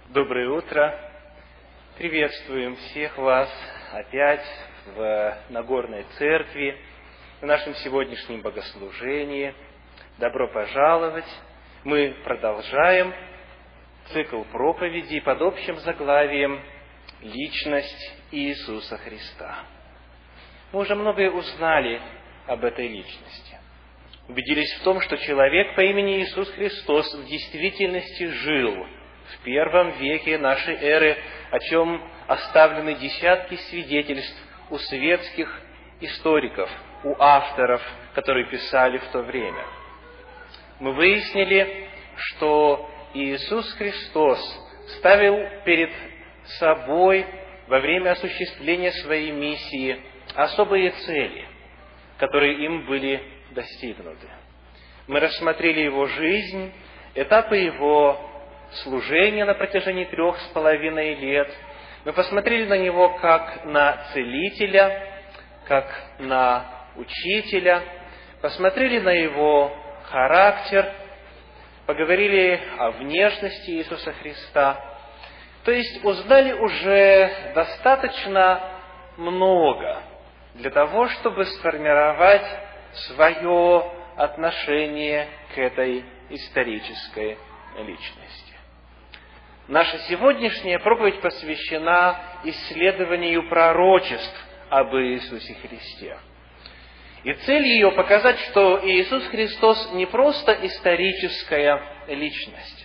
Доброе утро! Приветствуем всех вас опять в Нагорной Церкви, в нашем сегодняшнем богослужении. Добро пожаловать! Мы продолжаем цикл проповедей под общим заглавием «Личность Иисуса Христа». Мы уже многое узнали об этой личности. Убедились в том, что человек по имени Иисус Христос в действительности жил в первом веке нашей эры, о чем оставлены десятки свидетельств у светских историков, у авторов, которые писали в то время. Мы выяснили, что Иисус Христос ставил перед собой во время осуществления своей миссии особые цели, которые им были достигнуты. Мы рассмотрели Его жизнь, этапы Его служения на протяжении 3,5 лет. Мы посмотрели на Него как на целителя, как на учителя, посмотрели на Его характер, поговорили о внешности Иисуса Христа. То есть узнали уже достаточно много для того, чтобы сформировать свое отношение к этой исторической личности. Наша сегодняшняя проповедь посвящена исследованию пророчеств об Иисусе Христе. И цель ее показать, что Иисус Христос не просто историческая личность,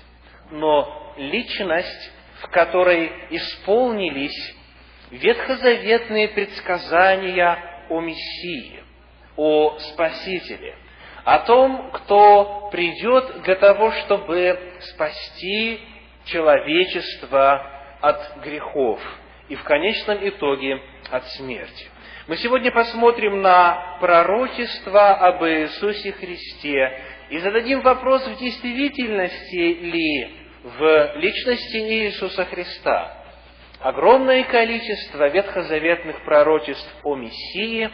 но личность, в которой исполнились ветхозаветные предсказания о Мессии, о Спасителе, о том, кто придет для того, чтобы спасти человечество от грехов и в конечном итоге от смерти. Мы сегодня посмотрим на пророчество об Иисусе Христе и зададим вопрос, в действительности ли в личности Иисуса Христа огромное количество ветхозаветных пророчеств о Мессии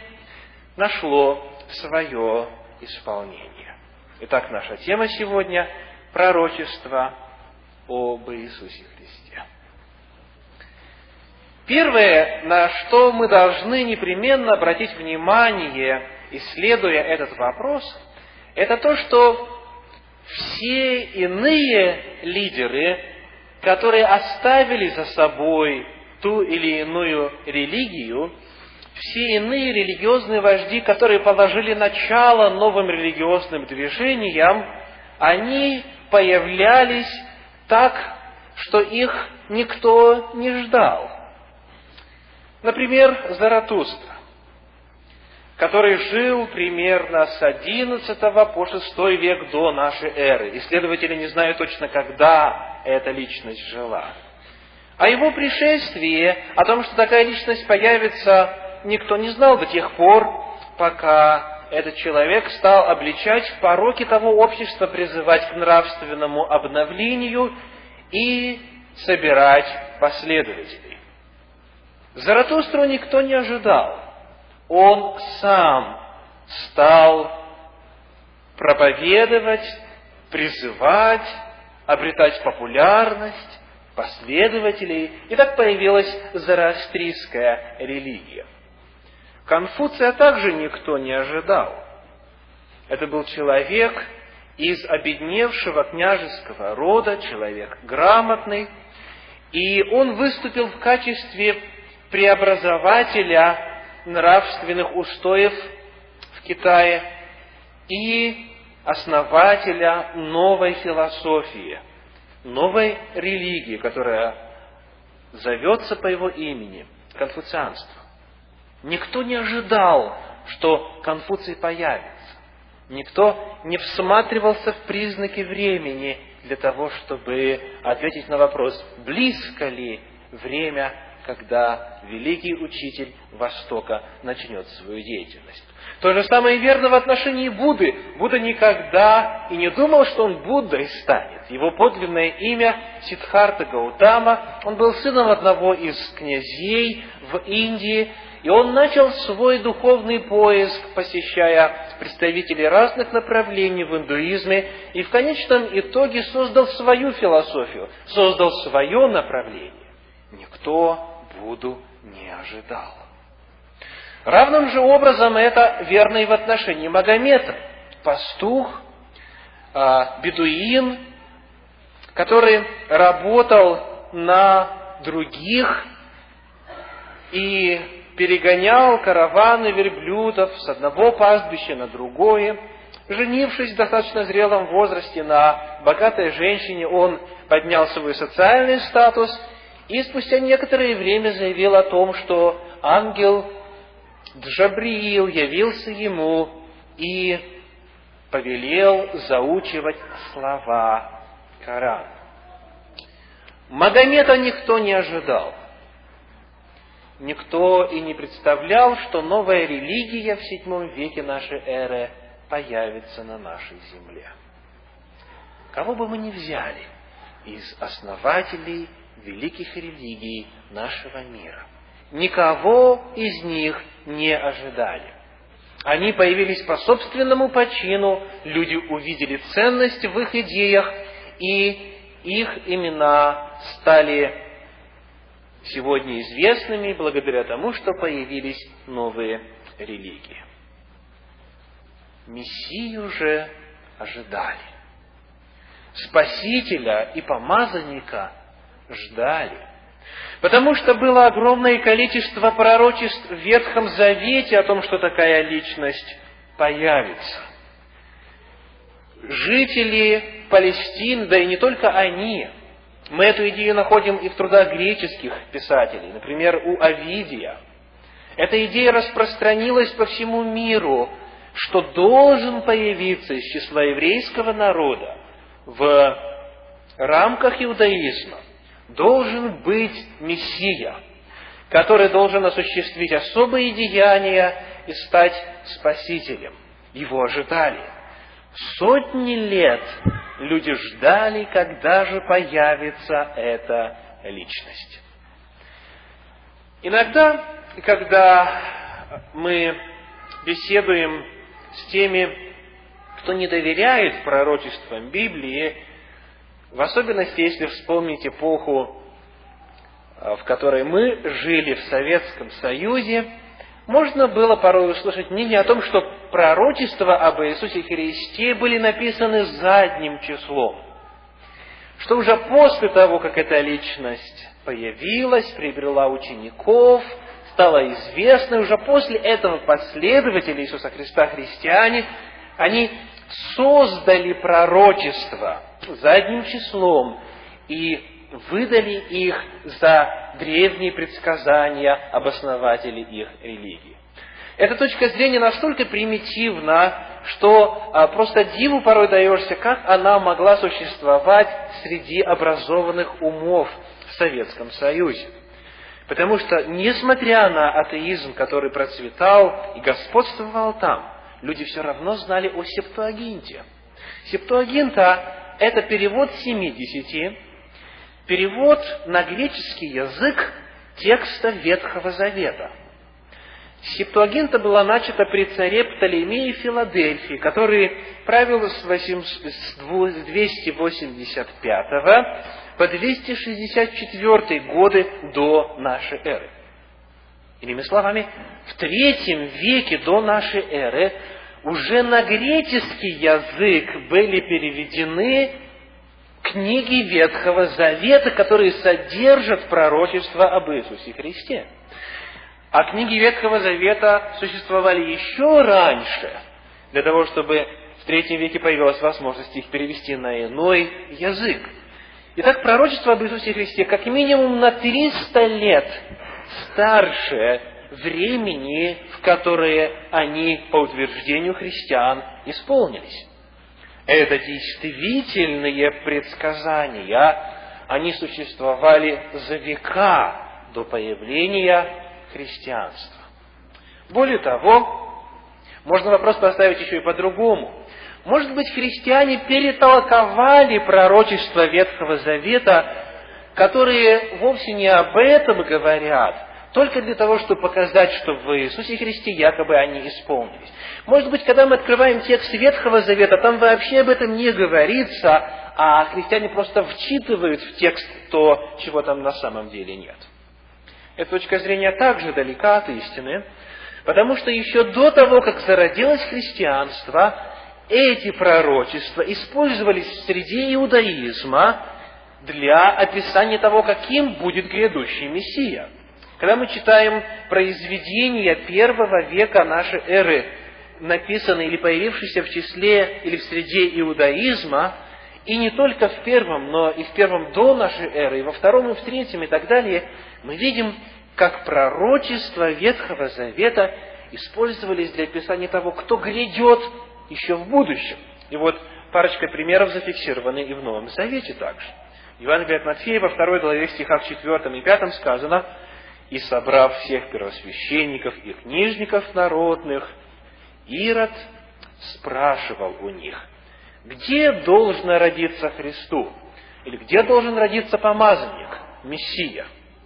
нашло свое исполнение. Итак, наша тема сегодня – пророчество об Иисусе Христе. Первое, на что мы должны непременно обратить внимание, исследуя этот вопрос, это то, что все иные лидеры, которые оставили за собой ту или иную религию, все иные религиозные вожди, которые положили начало новым религиозным движениям, они появлялись так, что их никто не ждал. Например, Заратустра, который жил примерно с XI по VI век до нашей эры. Исследователи не знают точно, когда эта личность жила. О его пришествии, о том, что такая личность появится, никто не знал до тех пор, пока этот человек стал обличать пороки того общества, призывать к нравственному обновлению и собирать последователей. Заратустру никто не ожидал. Он сам стал проповедовать, призывать, обретать популярность, последователей, и так появилась зороастрийская религия. Конфуция также никто не ожидал. Это был человек из обедневшего княжеского рода, человек грамотный, и он выступил в качестве преобразователя нравственных устоев в Китае и основателя новой философии, новой религии, которая зовется по его имени – конфуцианство. Никто не ожидал, что Конфуций появится. Никто не всматривался в признаки времени для того, чтобы ответить на вопрос, близко ли время, когда великий учитель Востока начнет свою деятельность. То же самое верно в отношении Будды. Будда никогда и не думал, что он Буддой станет. Его подлинное имя Сиддхартха Гаутама. Он был сыном одного из князей в Индии. И он начал свой духовный поиск, посещая представителей разных направлений в индуизме, и в конечном итоге создал свою философию, создал свое направление. Никто Будду не ожидал. Равным же образом это верно и в отношении Магомета. Пастух, бедуин, который работал на других и перегонял караваны верблюдов с одного пастбища на другое. Женившись в достаточно зрелом возрасте на богатой женщине, он поднял свой социальный статус и спустя некоторое время заявил о том, что ангел Джабриил явился ему и повелел заучивать слова Корана. Магомета никто не ожидал. Никто и не представлял, что новая религия в VII веке нашей эры появится на нашей земле. Кого бы мы ни взяли из основателей великих религий нашего мира, никого из них не ожидали. Они появились по собственному почину, люди увидели ценность в их идеях, и их имена стали сегодня известными благодаря тому, что появились новые религии. Мессию же ожидали. Спасителя и помазанника ждали. Потому что было огромное количество пророчеств в Ветхом Завете о том, что такая личность появится. Жители Палестины, да и не только они, мы эту идею находим и в трудах греческих писателей, например, у Овидия. Эта идея распространилась по всему миру, что должен появиться из числа еврейского народа в рамках иудаизма, должен быть Мессия, который должен осуществить особые деяния и стать Спасителем. Его ожидали. Сотни лет люди ждали, когда же появится эта личность. Иногда, когда мы беседуем с теми, кто не доверяет пророчествам Библии, в особенности, если вспомнить эпоху, в которой мы жили в Советском Союзе, можно было порой услышать мнение о том, что пророчества об Иисусе Христе были написаны задним числом. Что уже после того, как эта личность появилась, приобрела учеников, стала известной, уже после этого последователи Иисуса Христа, христиане, они создали пророчества задним числом и выдали их за древние предсказания об основателе их религии. Эта точка зрения настолько примитивна, что просто диву порой даешься, как она могла существовать среди образованных умов в Советском Союзе. Потому что, несмотря на атеизм, который процветал и господствовал там, люди все равно знали о Септуагинте. Септуагинта – это перевод 70, перевод на греческий язык текста Ветхого Завета. Септуагинта была начата при царе Птолемее Филадельфии, который правил с 285 по 264 годы до нашей эры. Иными словами, в III веке до нашей эры уже на греческий язык были переведены книги Ветхого Завета, которые содержат пророчество об Иисусе Христе. А книги Ветхого Завета существовали еще раньше, для того, чтобы в III веке появилась возможность их перевести на иной язык. Итак, пророчество об Иисусе Христе как минимум на 300 лет старше времени, в которое они, по утверждению христиан, исполнились. Это действительные предсказания, они существовали за века до появления христианства. Более того, можно вопрос поставить еще и по-другому. Может быть, христиане перетолковали пророчества Ветхого Завета, которые вовсе не об этом говорят, только для того, чтобы показать, что в Иисусе Христе якобы они исполнились. Может быть, когда мы открываем текст Ветхого Завета, там вообще об этом не говорится, а христиане просто вчитывают в текст то, чего там на самом деле нет. Эта точка зрения также далека от истины, потому что еще до того, как зародилось христианство, эти пророчества использовались в среде иудаизма для описания того, каким будет грядущий Мессия. Когда мы читаем произведения первого века нашей эры, написанные или появившиеся в числе или в среде иудаизма, и не только в первом, но и в первом до нашей эры, и во втором, и в третьем, и так далее, мы видим, как пророчества Ветхого Завета использовались для описания того, кто грядет еще в будущем. И вот парочка примеров зафиксированы и в Новом Завете также. В Евангелии от Матфея во 2 главе стихах 4 и 5 сказано: «И собрав всех первосвященников и книжников народных, Ирод спрашивал у них, где должно родиться Христу, или где должен родиться помазанник, Мессия?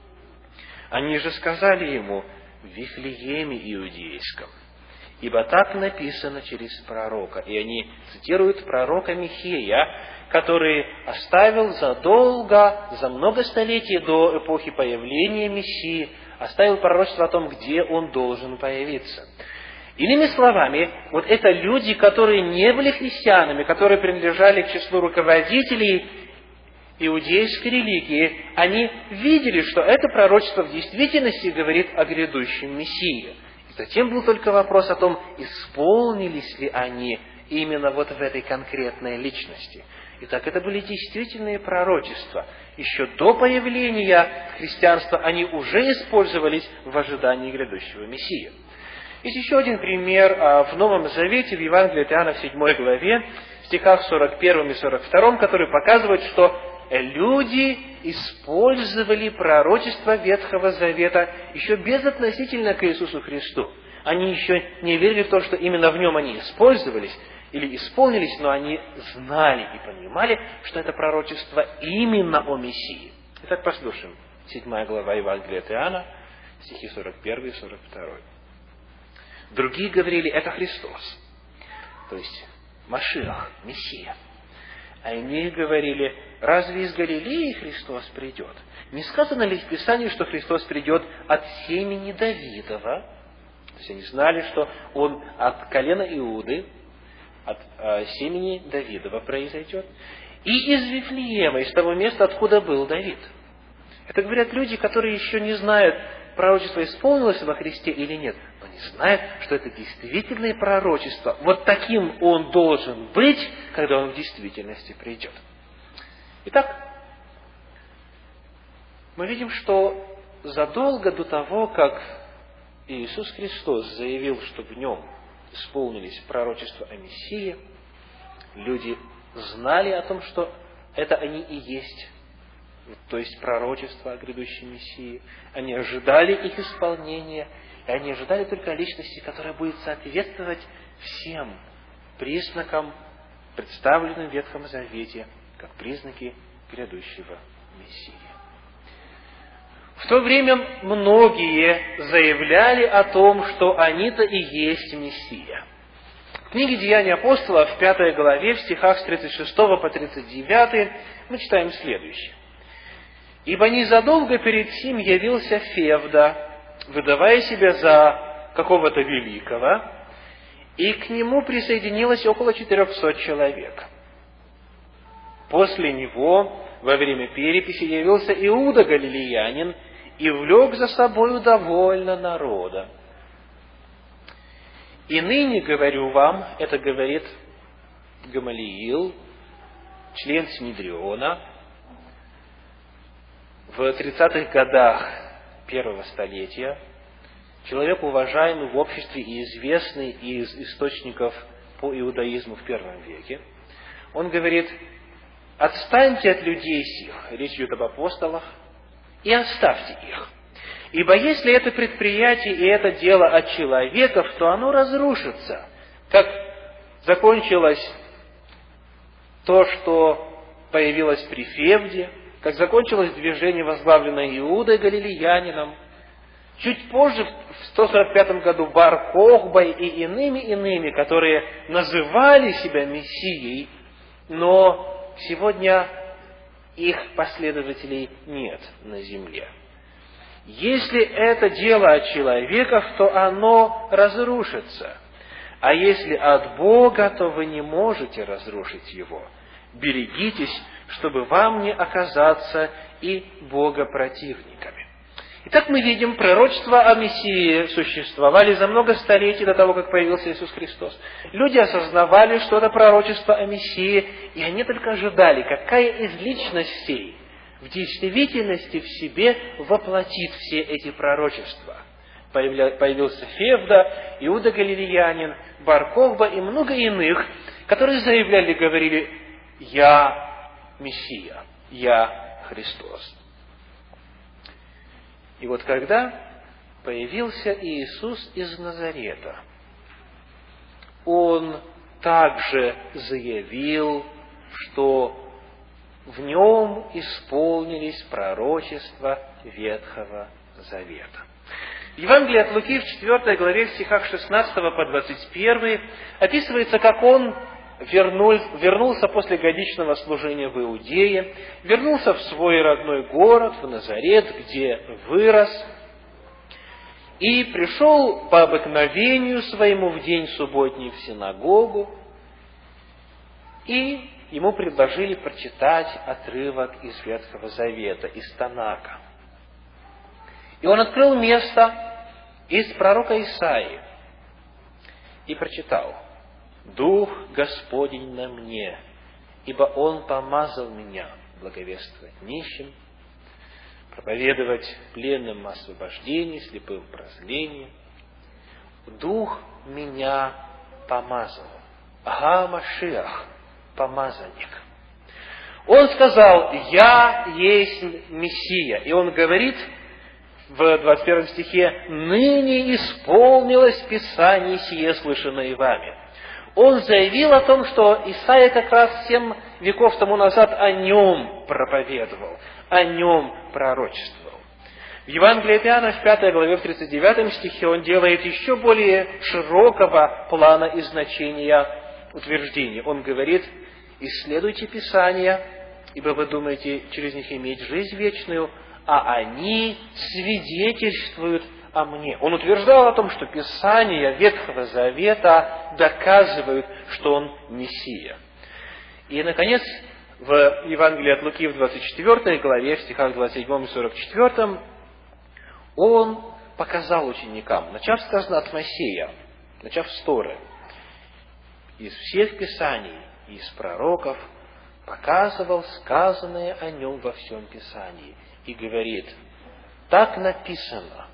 Они же сказали ему: в Вифлееме Иудейском, ибо так написано через пророка». И они цитируют пророка Михея, который оставил задолго, за много столетий до эпохи появления Мессии, оставил пророчество о том, где он должен появиться. Иными словами, вот это люди, которые не были христианами, которые принадлежали к числу руководителей иудейской религии, они видели, что это пророчество в действительности говорит о грядущем Мессии. И затем был только вопрос о том, исполнились ли они именно вот в этой конкретной личности. Итак, это были действительные пророчества. Еще до появления христианства они уже использовались в ожидании грядущего Мессии. Есть еще один пример в Новом Завете, в Евангелии от Иоанна в 7 главе, в стихах 41 и 42, который показывает, что люди использовали пророчество Ветхого Завета еще безотносительно к Иисусу Христу. Они еще не верили в то, что именно в нем они использовались или исполнились, но они знали и понимали, что это пророчество именно о Мессии. Итак, послушаем. 7 глава Евангелия от Иоанна, стихи 41 и 42. Другие говорили: это Христос, то есть Машиах, Мессия. А иные говорили: разве из Галилеи Христос придет? Не сказано ли в Писании, что Христос придет от семени Давидова? То есть они знали, что Он от колена Иуды, от семени Давидова произойдет. И из Вифлеема, из того места, откуда был Давид. Это говорят люди, которые еще не знают, пророчество исполнилось во Христе или нет, но не знают, что это действительное пророчество. Вот таким он должен быть, когда он в действительности придет. Итак, мы видим, что задолго до того, как Иисус Христос заявил, что в нем исполнились пророчества о Мессии, люди знали о том, что это они и есть, то есть пророчество о грядущем Мессии. Они ожидали их исполнения, и они ожидали только личности, которая будет соответствовать всем признакам, представленным в Ветхом Завете, как признаки грядущего Мессии. В то время многие заявляли о том, что они-то и есть Мессия. В книге «Деяния апостолов» в 5 главе, в стихах с 36 по 39, мы читаем следующее. «Ибо незадолго перед сим явился Февда, выдавая себя за какого-то великого, и к нему присоединилось около 400 человек. После него, во время переписи, явился Иуда Галилеянин и влек за собою довольно народа. И ныне говорю вам, это говорит Гамалиил, член Синедриона, в 30-х годах первого столетия, человек, уважаемый в обществе и известный из источников по иудаизму в первом веке, он говорит: «Отстаньте от людей сих», речь идет об апостолах, «и оставьте их. Ибо если это предприятие и это дело от человеков, то оно разрушится, как закончилось то, что появилось при Февде, как закончилось движение, возглавленное Иудой Галилеянином, Чуть позже, в 145 году, Бар Кохбой и иными, которые называли себя Мессией, но сегодня их последователей нет на земле. Если это дело от человеков, то оно разрушится. А если от Бога, то вы не можете разрушить его. Берегитесь, чтобы вам не оказаться и богопротивниками. Итак, мы видим, пророчества о Мессии существовали за много столетий до того, как появился Иисус Христос. Люди осознавали, что это пророчество о Мессии, и они только ожидали, какая из личностей в действительности в себе воплотит все эти пророчества. Появился Февда, Иуда Галилеянин, Бар Кохба и много иных, которые заявляли, говорили: «Я Мессия, я Христос». И вот когда появился Иисус из Назарета, Он также заявил, что в Нем исполнились пророчества Ветхого Завета. В Евангелии от Луки в 4 главе, в стихах 16 по 21 описывается, как Он вернулся после годичного служения в Иудее, вернулся в свой родной город, в Назарет, где вырос, и пришел по обыкновению своему в день субботний в синагогу, и ему предложили прочитать отрывок из Ветхого Завета, из Танака. И он открыл место из пророка Исаии и прочитал: «Дух Господень на мне, ибо Он помазал меня благовествовать нищим, проповедовать пленным освобождение, слепым прозрение. Дух меня помазал». Ага, Машиах, помазанник. Он сказал: «Я есть Мессия». И он говорит в 21 стихе: «Ныне исполнилось Писание сие, слышанное вами». Он заявил о том, что Исаия как раз 7 веков тому назад о нем проповедовал, о нем пророчествовал. В Евангелии от Иоанна, в 5 главе, в 39 стихе, он делает еще более широкого плана и значения утверждений. Он говорит: «Исследуйте Писания, ибо вы думаете через них иметь жизнь вечную, а они свидетельствуют о мне». Он утверждал о том, что Писания Ветхого Завета доказывают, что Он Мессия. И, наконец, в Евангелии от Луки в 24 главе, в стихах 27 и 44, Он показал ученикам, начав, сказано, от Моисея, начав с Торы, из всех Писаний и из пророков, показывал сказанное о Нем во всем Писании. И говорит: «Так написано,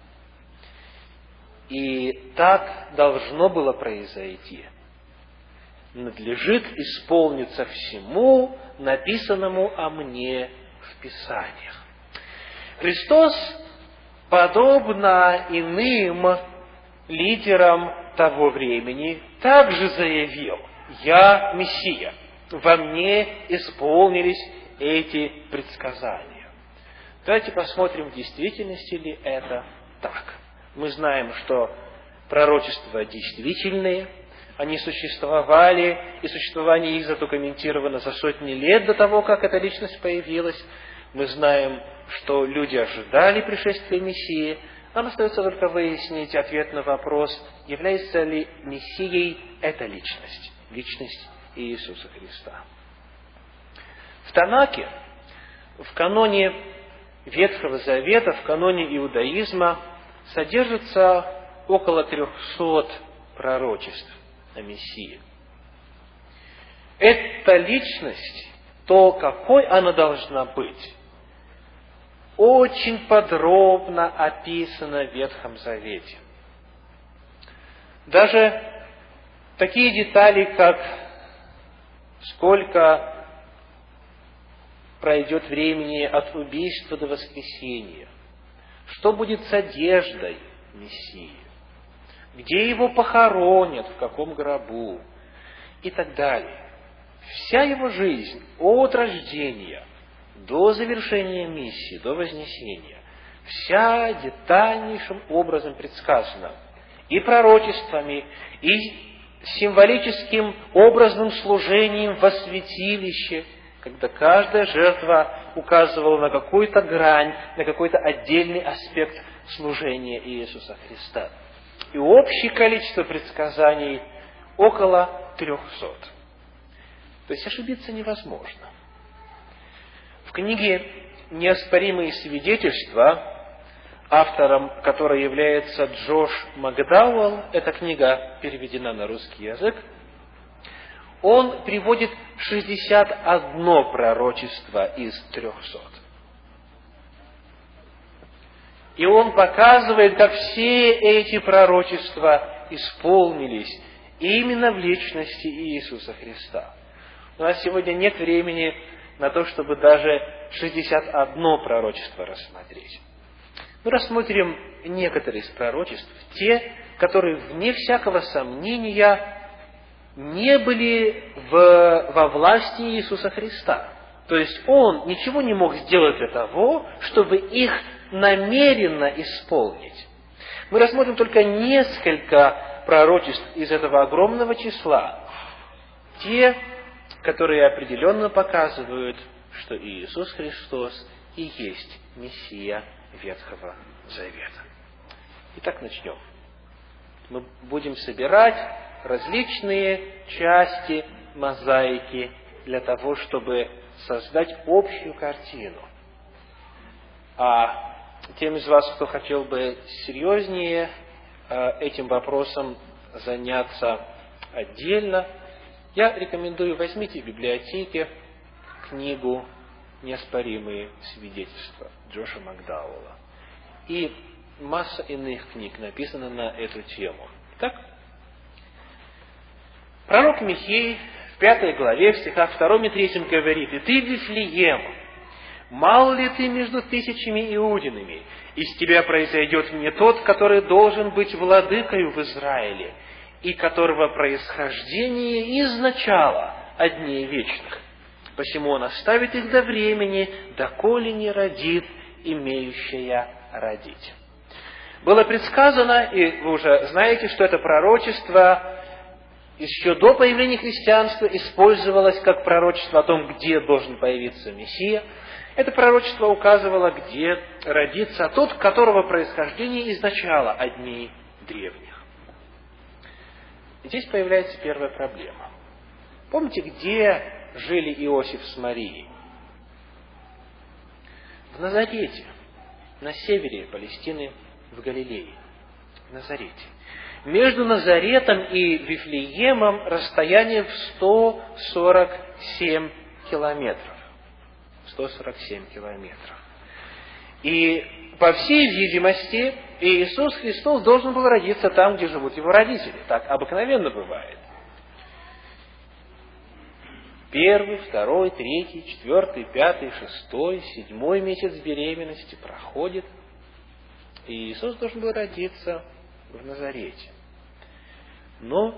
и так должно было произойти. Надлежит исполниться всему, написанному о мне в Писаниях». Христос, подобно иным лидерам того времени, также заявил: «Я Мессия, во мне исполнились эти предсказания». Давайте посмотрим, в действительности ли это так. Мы знаем, что пророчества действительные, они существовали, и существование их задокументировано за сотни лет до того, как эта личность появилась. Мы знаем, что люди ожидали пришествия Мессии. Нам остается только выяснить ответ на вопрос, является ли Мессией эта личность, личность Иисуса Христа. В Танаке, в каноне Ветхого Завета, в каноне иудаизма, содержится около 300 пророчеств о Мессии. Эта личность, то, какой она должна быть, очень подробно описано в Ветхом Завете. Даже такие детали, как сколько пройдет времени от убийства до воскресения, что будет с одеждой Мессии, где его похоронят, в каком гробу и так далее. Вся его жизнь от рождения до завершения миссии, до вознесения, вся детальнейшим образом предсказана и пророчествами, и символическим образным служением во святилище, когда каждая жертва указывала на какую-то грань, на какой-то отдельный аспект служения Иисуса Христа. И общее количество предсказаний около 300. То есть ошибиться невозможно. В книге «Неоспоримые свидетельства», автором которой является Джош Макдауэлл, эта книга переведена на русский язык, он приводит 61 пророчество из 300. И он показывает, как все эти пророчества исполнились именно в личности Иисуса Христа. У нас сегодня нет времени на то, чтобы даже 61 пророчество рассмотреть. Мы рассмотрим некоторые из пророчеств, те, которые, вне всякого сомнения, не были во власти Иисуса Христа. То есть Он ничего не мог сделать для того, чтобы их намеренно исполнить. Мы рассмотрим только несколько пророчеств из этого огромного числа. Те, которые определенно показывают, что Иисус Христос и есть Мессия Ветхого Завета. Итак, начнем. Мы будем собирать различные части мозаики для того, чтобы создать общую картину. А тем из вас, кто хотел бы серьезнее этим вопросом заняться отдельно, я рекомендую, возьмите в библиотеке книгу «Неоспоримые свидетельства» Джоша Макдауэлла. И масса иных книг написана на эту тему. Итак, пророк Михей в 5 главе, в стихах 2 и 3 говорит: «И ты, Вифлеем, мал ли ты между тысячами иудинами? Из тебя произойдет мне тот, который должен быть владыкою в Израиле, и которого происхождение из начала от дней вечных. Посему он оставит их до времени, доколе не родит имеющая родить». Было предсказано, и вы уже знаете, что это пророчество еще до появления христианства использовалось как пророчество о том, где должен появиться Мессия. Это пророчество указывало, где родится тот, которого происхождение изначало от дней древних. И здесь появляется первая проблема. Помните, где жили Иосиф с Марией? В Назарете, на севере Палестины, в Галилее. В Назарете. Между Назаретом и Вифлеемом расстояние в 147 километров. 147 километров. И, по всей видимости, Иисус Христос должен был родиться там, где живут его родители. Так обыкновенно бывает. 1, 2, 3, 4, 5, 6, 7 месяц беременности проходит, и Иисус должен был родиться в Назарете. Но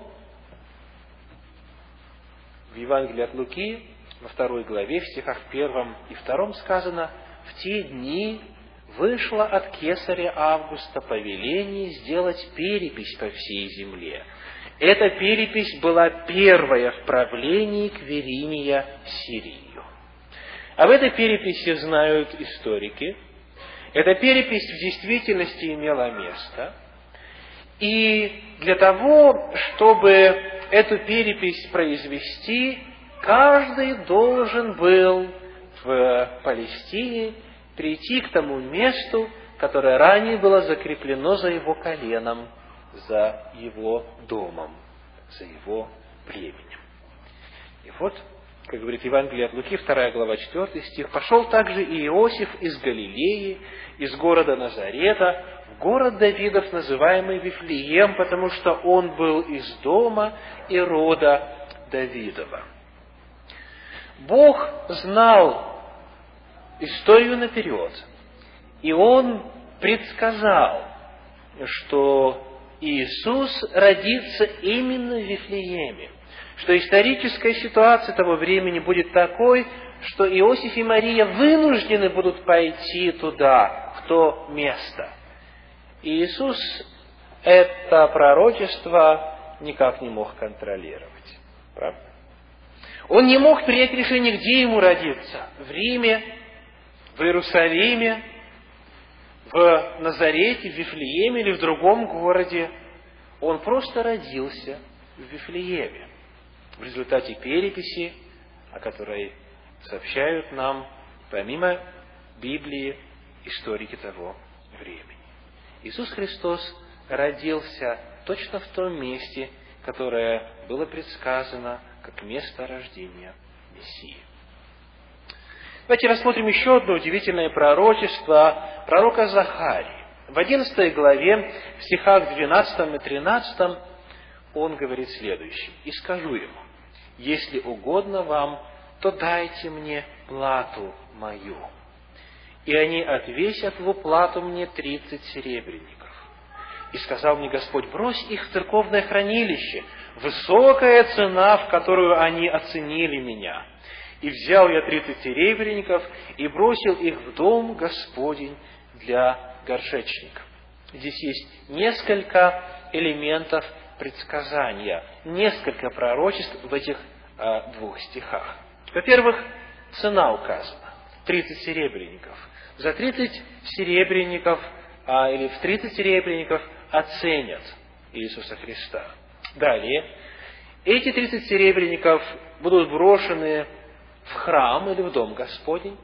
в Евангелии от Луки, во 2 главе, в стихах 1 и 2 сказано: «В те дни вышло от кесаря Августа повеление сделать перепись по всей земле». Эта перепись была первая в правлении Квириния Сирию. Об этой переписи знают историки. Эта перепись в действительности имела место. И для того, чтобы эту перепись произвести, каждый должен был в Палестине прийти к тому месту, которое ранее было закреплено за его коленом, за его домом, за его племенем. И вот, как говорит Евангелие от Луки, 2 глава, 4 стих: «Пошел также и Иосиф из Галилеи, из города Назарета, в город Давидов, называемый Вифлеем, потому что он был из дома и рода Давидова». Бог знал историю наперед, и Он предсказал, что Иисус родится именно в Вифлееме, что историческая ситуация того времени будет такой, что Иосиф и Мария вынуждены будут пойти туда, в то место. И Иисус это пророчество никак не мог контролировать. Правда? Он не мог принять решение, где ему родиться. В Риме, в Иерусалиме, в Назарете, в Вифлееме или в другом городе. Он просто родился в Вифлееме. В результате переписи, о которой сообщают нам, помимо Библии, историки того времени. Иисус Христос родился точно в том месте, которое было предсказано как место рождения Мессии. Давайте рассмотрим еще одно удивительное пророчество пророка Захарии. В 11 главе, в стихах 12 и 13, он говорит следующее. «И скажу ему, если угодно вам, то дайте мне плату мою. И они отвесят в уплату мне 30 серебряников. И сказал мне Господь, брось их в церковное хранилище, высокая цена, в которую они оценили меня. И взял я 30 серебряников и бросил их в дом Господень для горшечников». Здесь есть несколько элементов предсказания, несколько пророчеств в этих двух стихах. Во-первых, цена указана. 30 серебряников. За 30 серебряников, или в 30 серебряников оценят Иисуса Христа. Далее, эти 30 серебряников будут брошены в храм или в дом Господень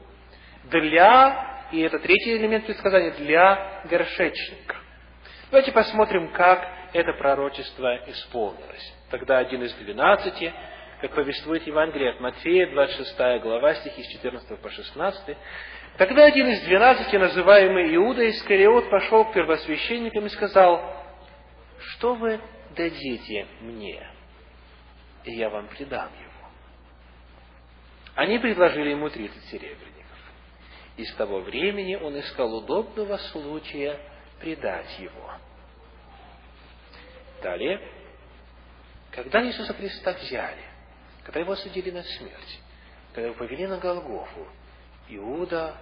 и это третий элемент предсказания, для горшечника. Давайте посмотрим, как это пророчество исполнилось. Тогда один из 12, как повествует Евангелие от Матфея, 26 глава, стихи с 14 по 16. Тогда один из 12, называемый Иуда Искариот, пошел к первосвященникам и сказал, что вы дадите мне, и я вам предам его. Они предложили ему 30 серебряников. И с того времени он искал удобного случая предать его. Далее, когда Иисуса Христа взяли, когда его осудили на смерть, когда его повели на Голгофу, Иуда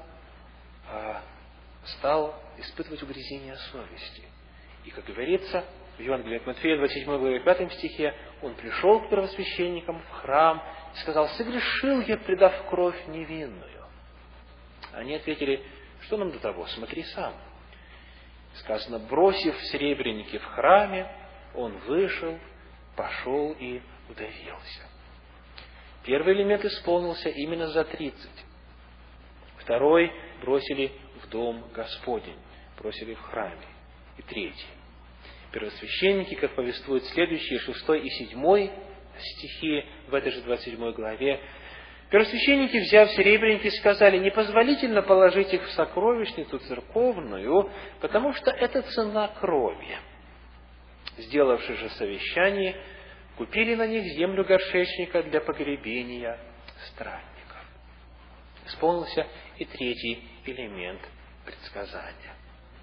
стал испытывать угрызение совести. И, как говорится, в Евангелии от Матфея, 27 главе, 5 стихе, он пришел к первосвященникам в храм и сказал, согрешил я, предав кровь невинную. Они ответили, что нам до того, смотри сам. Сказано, бросив серебряники в храме, он вышел, пошел и удавился. Первый элемент исполнился именно за 30. Второй бросили в дом Господень, бросили в храме. И третий. Первосвященники, как повествуют следующие 6 и 7 стихи в этой же 27 главе, первосвященники, взяв серебряники, сказали, непозволительно положить их в сокровищницу церковную, потому что это цена крови. Сделавши же совещание, купили на них землю горшечника для погребения странников. Исполнился и третий элемент предсказания.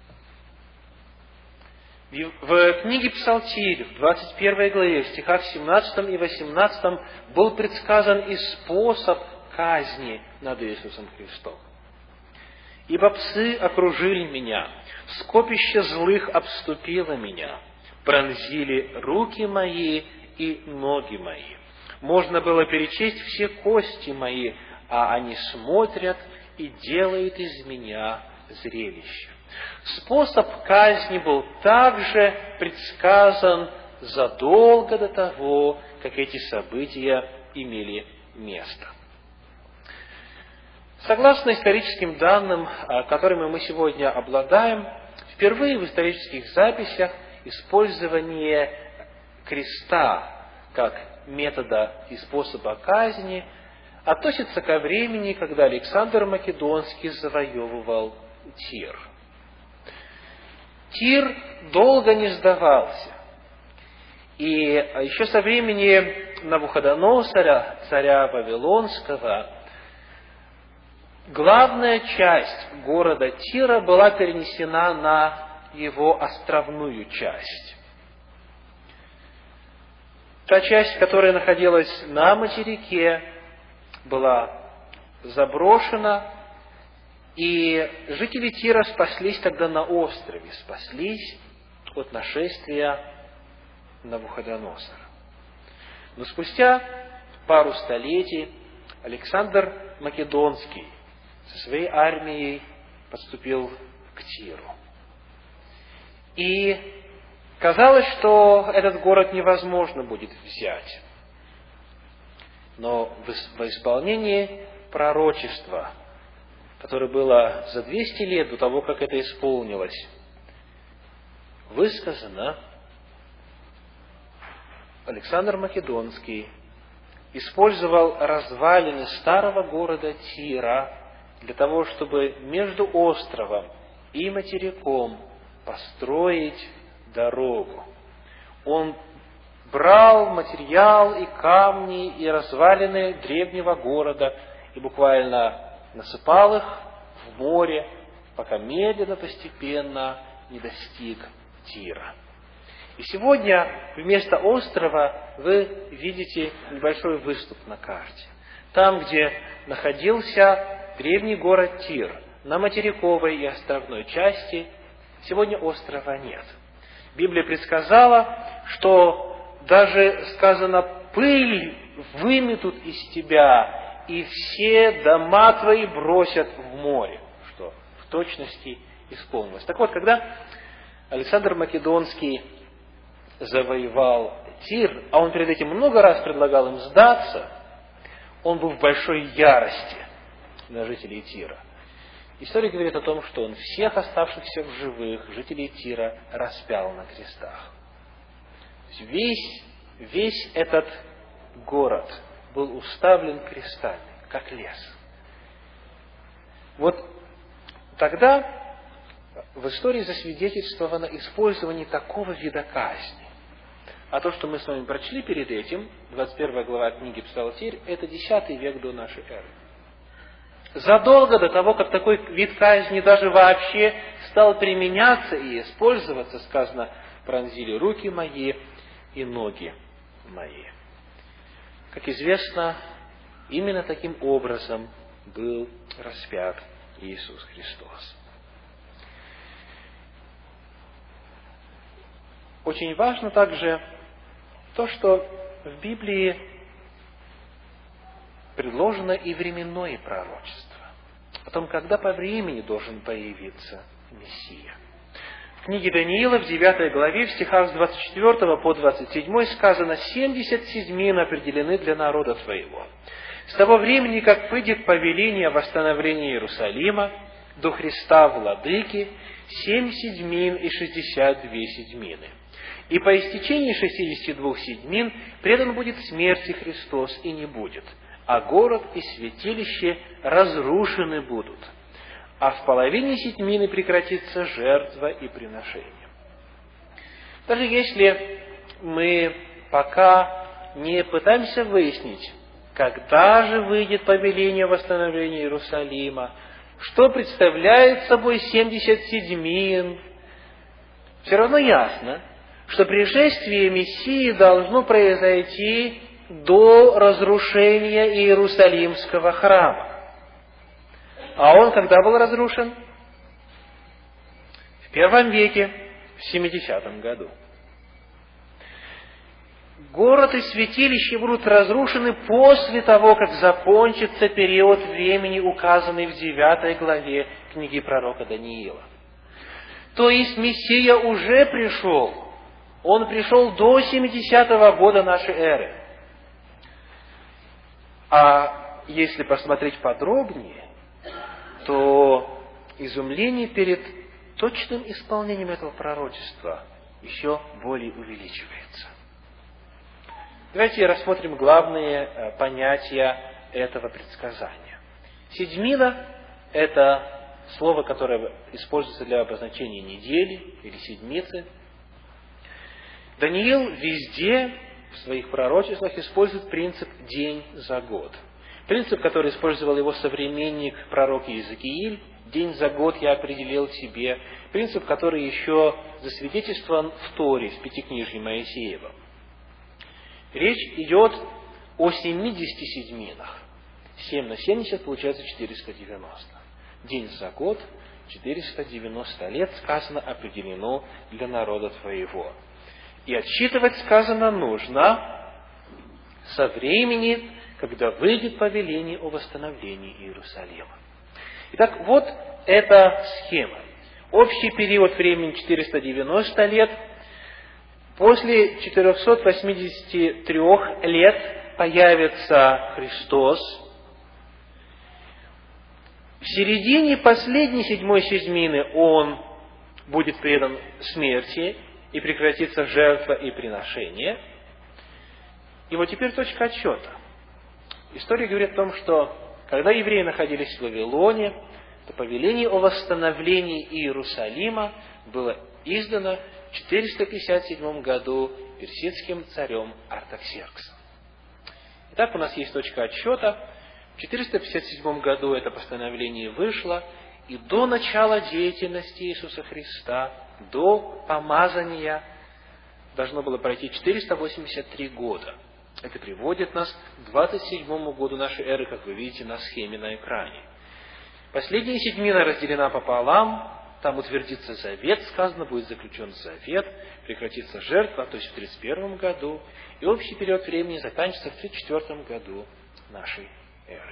В книге Псалтирь, в 21 главе, в стихах 17 и 18 был предсказан и способ казни над Иисусом Христом. «Ибо псы окружили меня, скопище злых обступило меня, пронзили руки мои и ноги мои. Можно было перечесть все кости мои, а они смотрят и делают из меня зрелище». Способ казни был также предсказан задолго до того, как эти события имели место. Согласно историческим данным, которыми мы сегодня обладаем, впервые в исторических записях использование креста как метода и способа казни относится ко времени, когда Александр Македонский завоевывал Тир. Тир долго не сдавался. И еще со времени Навуходоносора, царя Вавилонского, главная часть города Тира была перенесена на его островную часть. Та часть, которая находилась на материке, была заброшена, и жители Тира спаслись тогда на острове, спаслись от нашествия Навуходоносора. Но спустя пару столетий Александр Македонский со своей армией подступил к Тиру. И казалось, что этот город невозможно будет взять. Но во исполнении пророчества, которое было за 200 лет до того, как это исполнилось, высказано, Александр Македонский использовал развалины старого города Тира для того, чтобы между островом и материком построить дорогу. Он брал материал и камни, и развалины древнего города, и буквально насыпал их в море, пока медленно, постепенно не достиг Тира. И сегодня вместо острова вы видите небольшой выступ на карте. Там, где находился древний город Тир, на материковой и островной части, сегодня острова нет. Библия предсказала, что даже сказано, пыль выметут из тебя, и все дома твои бросят в море, что в точности исполнилось. Так вот, когда Александр Македонский завоевал Тир, а он перед этим много раз предлагал им сдаться, он был в большой ярости на жителей Тира. История говорит о том, что он всех оставшихся в живых жителей Тира распял на крестах. Весь этот город был уставлен крестами, как лес. Вот тогда в истории засвидетельствовано использование такого вида казни. А то, что мы с вами прочли перед этим, 21 глава книги Псалтирь, это 10 век до нашей эры. Задолго до того, как такой вид казни даже вообще стал применяться и использоваться, сказано, пронзили руки мои и ноги мои. Как известно, именно таким образом был распят Иисус Христос. Очень важно также то, что в Библии предложено и временное пророчество о том, когда по времени должен появиться Мессия. В книге Даниила в 9 главе, в стихах с 24 по 27 сказано: «70 седьмин определены для народа твоего. С того времени, как выйдет повеление о восстановлении Иерусалима до Христа Владыки, 7 седьмин и 62 седьмины. И по истечении 62 седьмин предан будет смерти Христос, и не будет, а город и святилище разрушены будут. А в половине седьмины прекратится жертва и приношение». Даже если мы пока не пытаемся выяснить, когда же выйдет повеление о восстановлении Иерусалима, что представляет собой 70 седьмин, все равно ясно, что пришествие Мессии должно произойти до разрушения Иерусалимского храма. А он когда был разрушен? В первом веке, в 70-м году. Город и святилище будут разрушены после того, как закончится период времени, указанный в 9 главе книги пророка Даниила. То есть Мессия уже пришел. Он пришел до 70-го года нашей эры. А если посмотреть подробнее, то изумление перед точным исполнением этого пророчества еще более увеличивается. Давайте рассмотрим главные понятия этого предсказания. Седьмина – это слово, которое используется для обозначения недели или седмицы. Даниил везде в своих пророчествах использует принцип «день за год». Принцип, который использовал его современник, пророк Иезекииль, «день за год я определил тебе». Принцип, который еще засвидетельствован в Торе, в Пятикнижье Моисеева. Речь идет о 70 седьминах. 7 на 70 получается 490. День за год, 490 лет, сказано, определено для народа твоего. И отсчитывать, сказано, нужно со времени, когда выйдет повеление о восстановлении Иерусалима. Итак, вот эта схема. Общий период времени 490 лет. После 483 лет появится Христос. В середине последней седьмой седьмины Он будет предан смерти, и прекратится жертва и приношение. И вот теперь точка отсчета. История говорит о том, что когда евреи находились в Вавилоне, то повеление о восстановлении Иерусалима было издано в 457 году персидским царем Артаксерксом. Итак, у нас есть точка отсчета. В 457 году это постановление вышло, и до начала деятельности Иисуса Христа, до помазания, должно было пройти 483 года. Это приводит нас к 27 году нашей эры, как вы видите на схеме на экране. Последняя седьмина разделена пополам, там утвердится завет, сказано, будет заключен завет, прекратится жертва, то есть в 31 году, и общий период времени заканчивается в 34 году нашей эры.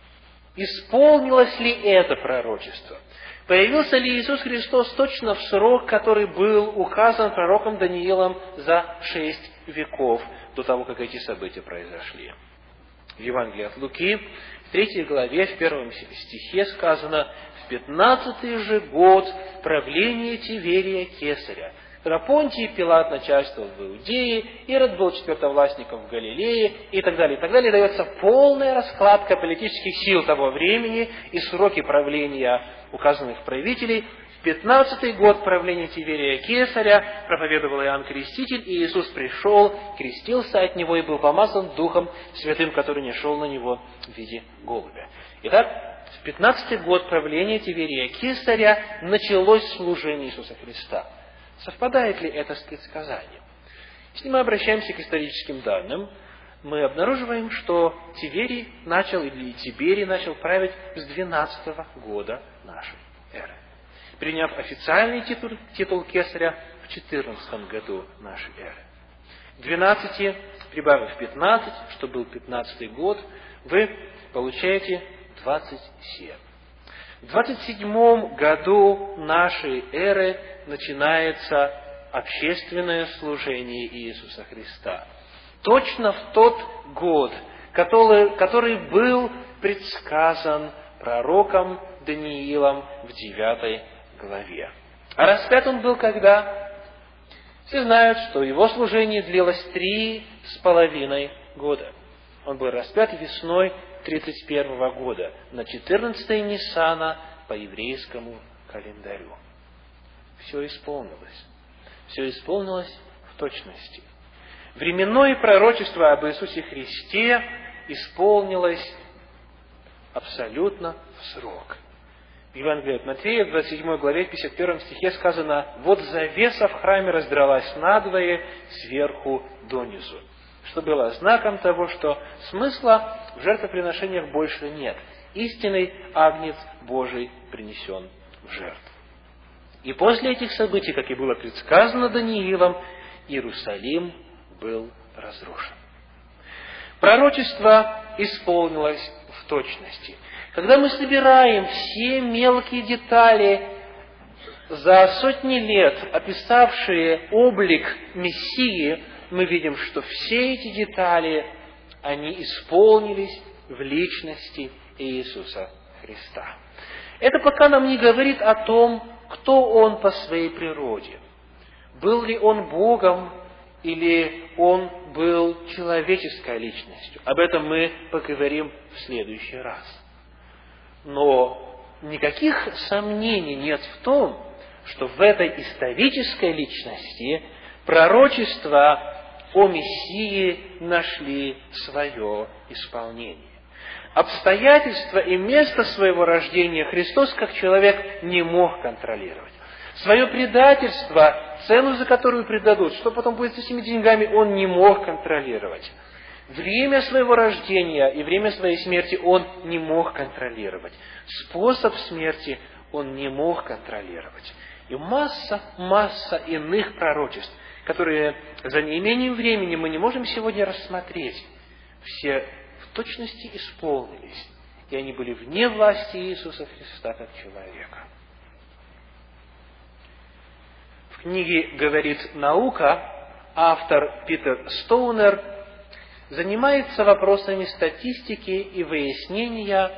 Исполнилось ли это пророчество? Появился ли Иисус Христос точно в срок, который был указан пророком Даниилом за 6 веков до того, как эти события произошли? В Евангелии от Луки, в 3 главе, в 1 стихе сказано: «В 15-й же год правления Тиверия Кесаря, когда Понтий Пилат начальствовал в Иудее, Ирод был четвертовластником в Галилее», и так далее, дается полная раскладка политических сил того времени и сроки правления указанных правителей. В 15-й год правления Тиверия Кесаря проповедовал Иоанн Креститель, и Иисус пришел, крестился от Него и был помазан Духом Святым, который не шел на Него в виде голубя. Итак, в 15-й год правления Тиверия Кесаря началось служение Иисуса Христа. Совпадает ли это с предсказанием? Если мы обращаемся к историческим данным, мы обнаруживаем, что Тиверий начал править с 12 года нашей эры, приняв официальный титул кесаря в 14 году нашей эры. 12, прибавив 15, что был 15 год, вы получаете 27. В 27 году нашей эры начинается общественное служение Иисуса Христа. Точно в тот год, который был предсказан пророком Даниилом в 9 главе. А распят он был когда? Все знают, что его служение длилось 3,5 года. Он был распят весной 31 года, на 14 Ниссана по еврейскому календарю. Все исполнилось. Все исполнилось в точности. Временное пророчество об Иисусе Христе исполнилось абсолютно в срок. В Евангелии от Матфея, в 27 главе, в 51 стихе сказано: «Вот завеса в храме раздралась надвое, сверху донизу», что было знаком того, что смысла в жертвоприношениях больше нет. Истинный агнец Божий принесен в жертву. И после этих событий, как и было предсказано Даниилом, Иерусалим был разрушен. Пророчество исполнилось в точности. Когда мы собираем все мелкие детали, за сотни лет описавшие облик Мессии, мы видим, что все эти детали, они исполнились в личности Иисуса Христа. Это пока нам не говорит о том, кто Он по своей природе. Был ли Он Богом, или Он был человеческой личностью. Об этом мы поговорим в следующий раз. Но никаких сомнений нет в том, что в этой исторической личности пророчества о Мессии нашли свое исполнение. Обстоятельства и место своего рождения Христос как человек не мог контролировать. Свое предательство, цену, за которую предадут, что потом будет с этими деньгами, Он не мог контролировать. время своего рождения и время своей смерти он не мог контролировать. Способ смерти он не мог контролировать. И масса иных пророчеств, которые за неимением времени мы не можем сегодня рассмотреть, все в точности исполнились. И они были вне власти Иисуса Христа как человека. В книге «Говорит наука» автор Питер Стоунер занимается вопросами статистики и выяснения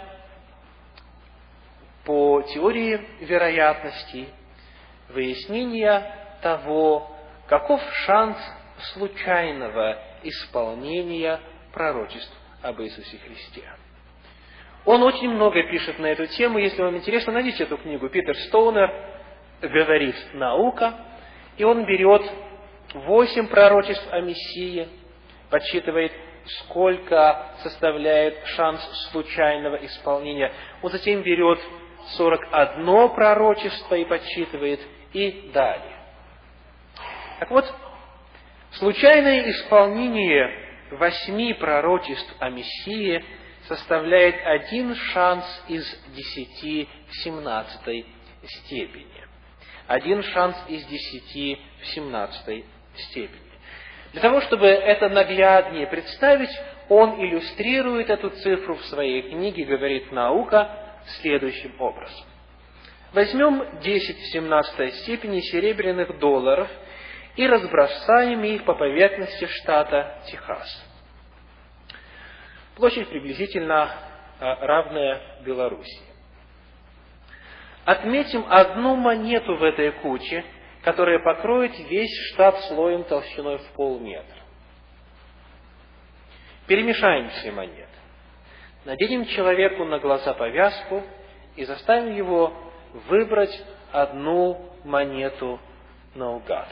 по теории вероятностей, выяснения того, каков шанс случайного исполнения пророчеств об Иисусе Христе. Он очень много пишет на эту тему. Если вам интересно, найдите эту книгу. Питер Стоунер «Говорит наука», и он берет 8 пророчеств о Мессии, подсчитывает, сколько составляет шанс случайного исполнения. Он затем берет 41 пророчество и подсчитывает, и далее. Так вот, случайное исполнение 8 пророчеств о Мессии составляет 1 шанс из 10 в 17 степени. 1 шанс из 10 в 17 степени. Для того, чтобы это нагляднее представить, он иллюстрирует эту цифру в своей книге «Говорит наука» следующим образом. Возьмем 10 в 17 степени серебряных долларов и разбросаем их по поверхности штата Техас. Площадь приблизительно равная Белоруссии. Отметим одну монету в этой куче, которая покроет весь штат слоем толщиной в полметра. Перемешаем все монеты. Наденем человеку на глаза повязку и заставим его выбрать одну монету наугад.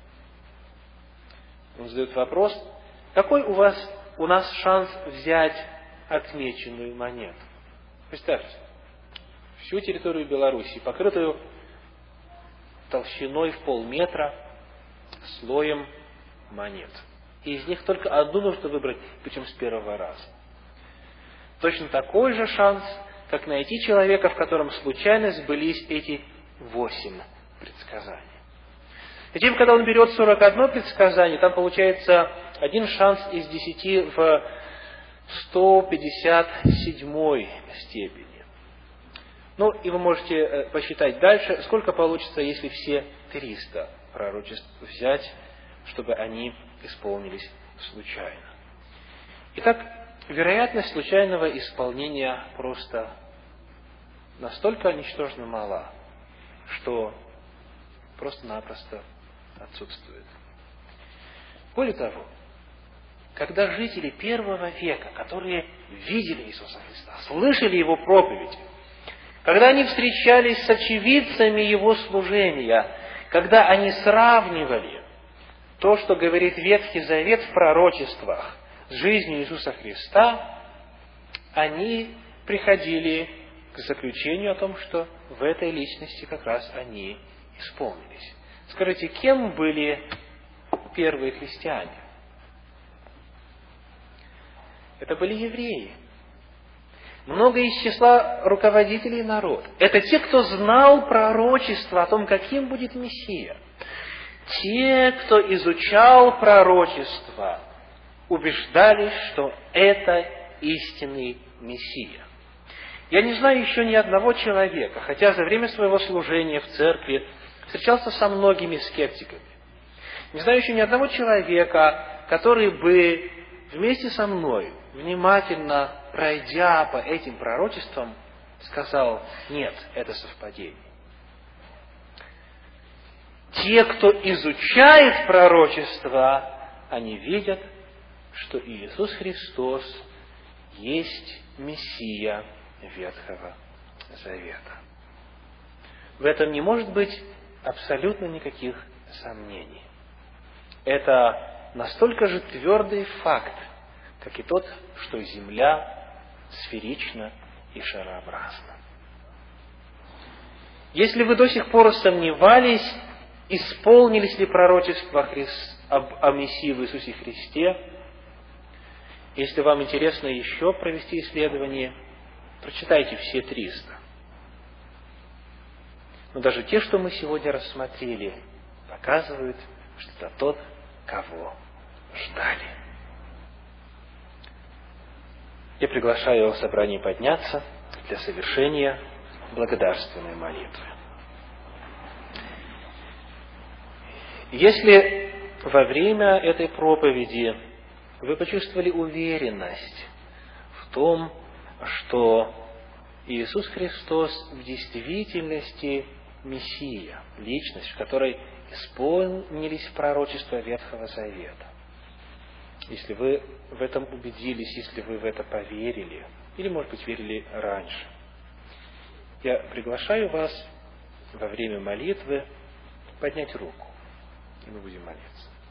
Он задает вопрос: какой у нас шанс взять отмеченную монету? Представьте, всю территорию Белоруссии, покрытую толщиной в полметра слоем монет. И из них только одну нужно выбрать, причем с первого раза. Точно такой же шанс, как найти человека, в котором случайно сбылись эти 8 предсказаний. Затем, когда он берет 41 предсказание, там получается 1 шанс из 10 в 157 степени. Ну, и вы можете посчитать дальше, сколько получится, если все 300 пророчеств взять, чтобы они исполнились случайно. Итак, вероятность случайного исполнения просто настолько ничтожно мала, что просто-напросто отсутствует. Более того, когда жители первого века, которые видели Иисуса Христа, слышали Его проповедь, когда они встречались с очевидцами Его служения, когда они сравнивали то, что говорит Ветхий Завет в пророчествах, с жизнью Иисуса Христа, они приходили к заключению о том, что в этой личности как раз они исполнились. Скажите, кем были первые христиане? Это были евреи. Много из числа руководителей народа. Это те, кто знал пророчество о том, каким будет Мессия. Те, кто изучал пророчество, убеждались, что это истинный Мессия. Я не знаю еще ни одного человека, хотя за время своего служения в церкви встречался со многими скептиками. Не знаю еще ни одного человека, который бы вместе со мной, внимательно пройдя по этим пророчествам, сказал: нет, это совпадение. Те, кто изучает пророчество, они видят, что Иисус Христос есть Мессия Ветхого Завета. В этом не может быть абсолютно никаких сомнений. Это настолько же твердый факт, как и тот, что Земля сферична и шарообразна. Если вы до сих пор сомневались, исполнились ли пророчества о Мессии в Иисусе Христе, Если вам интересно еще провести исследование, прочитайте все 300. Но даже те, что мы сегодня рассмотрели, показывают, что это тот, кого ждали. Я приглашаю собрание подняться для совершения благодарственной молитвы. Если во время этой проповеди вы почувствовали уверенность в том, что Иисус Христос в действительности Мессия, личность, в которой исполнились пророчества Ветхого Завета, если вы в этом убедились, если вы в это поверили, или, может быть, верили раньше, я приглашаю вас во время молитвы поднять руку, и мы будем молиться.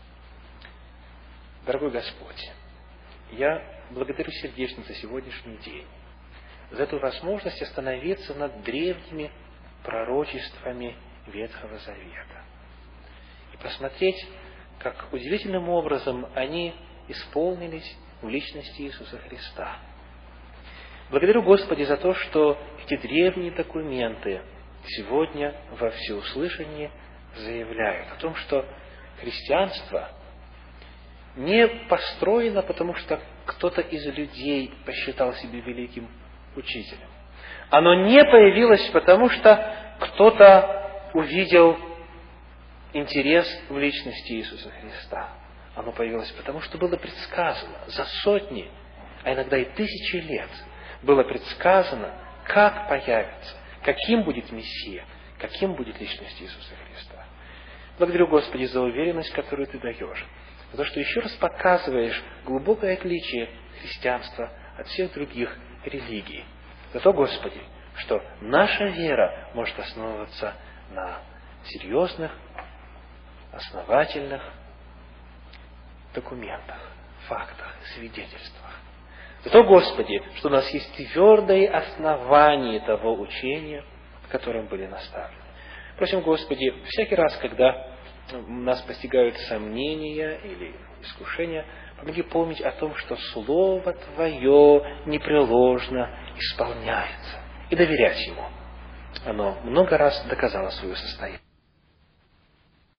Дорогой Господь, я благодарю сердечно за сегодняшний день, за эту возможность остановиться над древними пророчествами Ветхого Завета и посмотреть, как удивительным образом они исполнились в личности Иисуса Христа. Благодарю, Господи, за то, что эти древние документы сегодня во всеуслышание заявляют о том, что христианство не построено, потому что кто-то из людей посчитал себя великим учителем. Оно не появилось, потому что кто-то увидел интерес в личности Иисуса Христа. Оно появилось потому, что было предсказано за сотни, а иногда и тысячи лет было предсказано, как появится, каким будет Мессия, каким будет личность Иисуса Христа. Благодарю, Господи, за уверенность, которую Ты даешь, за то, что еще раз показываешь глубокое отличие христианства от всех других религий. За то, Господи, что наша вера может основываться на серьезных, основательных документах, фактах, свидетельствах. За то, Господи, что у нас есть твердое основание того учения, в котором были наставлены. Просим, Господи, всякий раз, когда нас постигают сомнения или искушения, помоги помнить о том, что Слово Твое непреложно исполняется, и доверять Ему. Оно много раз доказало свое состояние.